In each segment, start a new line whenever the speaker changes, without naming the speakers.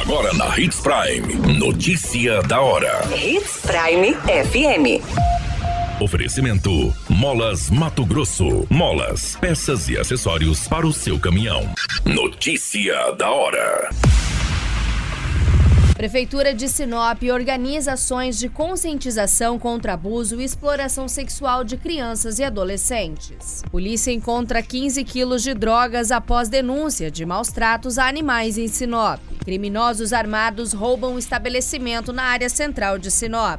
Agora na Hits Prime. Notícia da hora.
Hits Prime FM.
Oferecimento Molas Mato Grosso. Molas, peças e acessórios para o seu caminhão. Notícia da hora.
Prefeitura de Sinop organiza ações de conscientização contra abuso e exploração sexual de crianças e adolescentes. Polícia encontra 15 quilos de drogas após denúncia de maus tratos a animais em Sinop. Criminosos armados roubam um estabelecimento na área central de Sinop.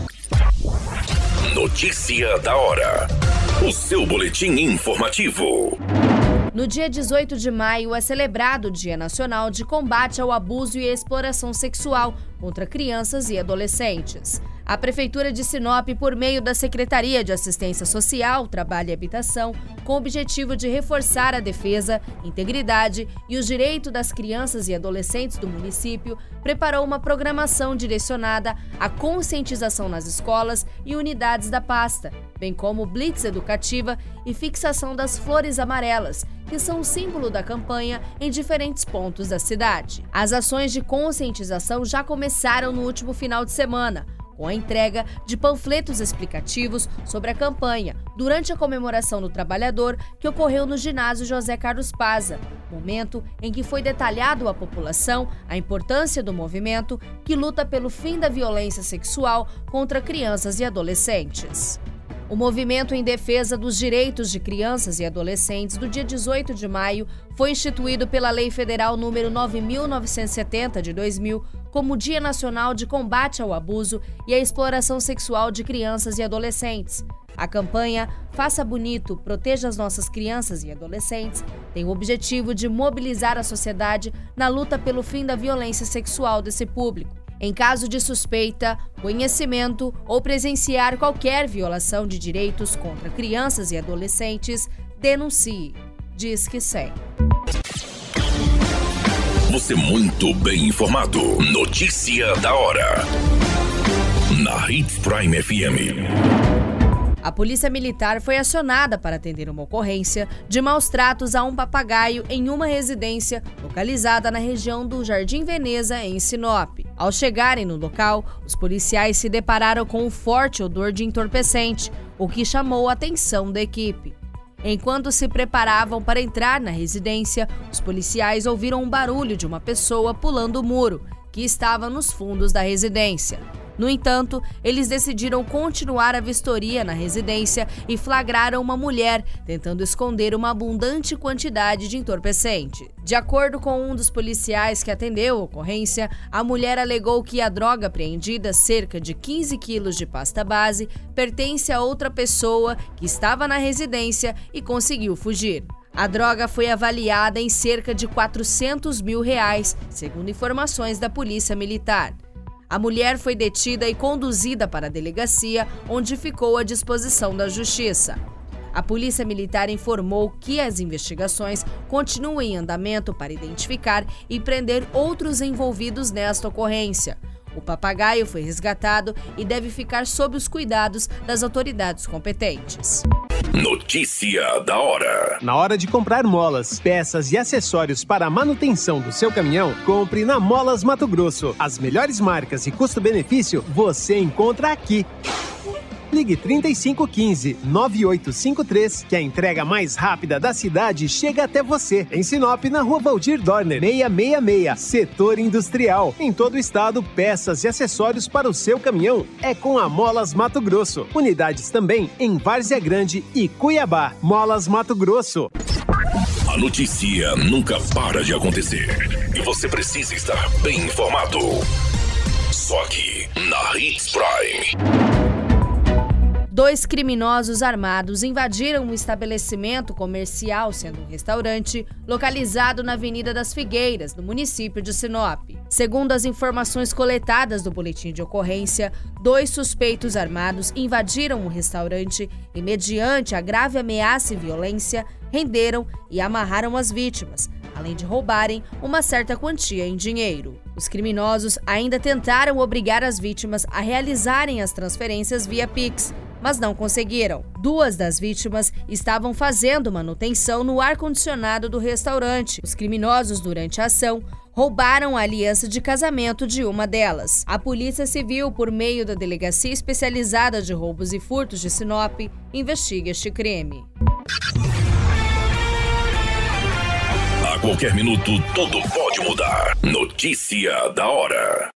Notícia da hora. O seu boletim informativo.
No dia 18 de maio é celebrado o Dia Nacional de Combate ao Abuso e Exploração Sexual contra Crianças e Adolescentes. A Prefeitura de Sinop, por meio da Secretaria de Assistência Social, Trabalho e Habitação, com o objetivo de reforçar a defesa, integridade e os direitos das crianças e adolescentes do município, preparou uma programação direcionada à conscientização nas escolas e unidades da pasta, bem como blitz educativa e fixação das flores amarelas, que são o símbolo da campanha em diferentes pontos da cidade. As ações de conscientização já começaram no último final de semana, com a entrega de panfletos explicativos sobre a campanha durante a comemoração do trabalhador que ocorreu no ginásio José Carlos Paza, momento em que foi detalhado à população a importância do movimento que luta pelo fim da violência sexual contra crianças e adolescentes. O movimento em defesa dos direitos de crianças e adolescentes do dia 18 de maio foi instituído pela Lei Federal número 9.970 de 2000 como Dia Nacional de Combate ao Abuso e à Exploração Sexual de Crianças e Adolescentes. A campanha Faça Bonito, Proteja as Nossas Crianças e Adolescentes tem o objetivo de mobilizar a sociedade na luta pelo fim da violência sexual desse público. Em caso de suspeita, conhecimento ou presenciar qualquer violação de direitos contra crianças e adolescentes, denuncie. Disque 100.
Você muito bem informado. Notícia da hora. Na Hits Prime FM.
A Polícia Militar foi acionada para atender uma ocorrência de maus tratos a um papagaio em uma residência localizada na região do Jardim Veneza, em Sinop. Ao chegarem no local, os policiais se depararam com um forte odor de entorpecente, o que chamou a atenção da equipe. Enquanto se preparavam para entrar na residência, os policiais ouviram um barulho de uma pessoa pulando o muro, que estava nos fundos da residência. No entanto, eles decidiram continuar a vistoria na residência e flagraram uma mulher tentando esconder uma abundante quantidade de entorpecente. De acordo com um dos policiais que atendeu a ocorrência, a mulher alegou que a droga apreendida, cerca de 15 quilos de pasta base, pertence a outra pessoa que estava na residência e conseguiu fugir. A droga foi avaliada em cerca de R$400 mil, segundo informações da Polícia Militar. A mulher foi detida e conduzida para a delegacia, onde ficou à disposição da Justiça. A Polícia Militar informou que as investigações continuam em andamento para identificar e prender outros envolvidos nesta ocorrência. O papagaio foi resgatado e deve ficar sob os cuidados das autoridades competentes.
Notícia da hora.
Na hora de comprar molas, peças e acessórios para a manutenção do seu caminhão, compre na Molas Mato Grosso. As melhores marcas e custo-benefício você encontra aqui. Ligue 3515-9853, que a entrega mais rápida da cidade chega até você. Em Sinop, na Rua Valdir Dorner, 666, Setor Industrial. Em todo o estado, peças e acessórios para o seu caminhão é com a Molas Mato Grosso. Unidades também em Várzea Grande e Cuiabá. Molas Mato Grosso.
A notícia nunca para de acontecer e você precisa estar bem informado. Só aqui, na Hits Prime.
2 criminosos armados invadiram um estabelecimento comercial, sendo um restaurante, localizado na Avenida das Figueiras, no município de Sinop. Segundo as informações coletadas do boletim de ocorrência, 2 suspeitos armados invadiram o restaurante e, mediante a grave ameaça e violência, renderam e amarraram as vítimas, além de roubarem uma certa quantia em dinheiro. Os criminosos ainda tentaram obrigar as vítimas a realizarem as transferências via Pix, mas não conseguiram. 2 das vítimas estavam fazendo manutenção no ar-condicionado do restaurante. Os criminosos, durante a ação, roubaram a aliança de casamento de uma delas. A Polícia Civil, por meio da Delegacia Especializada de Roubos e Furtos de Sinop, investiga este crime.
A qualquer minuto, tudo pode mudar. Notícia da hora.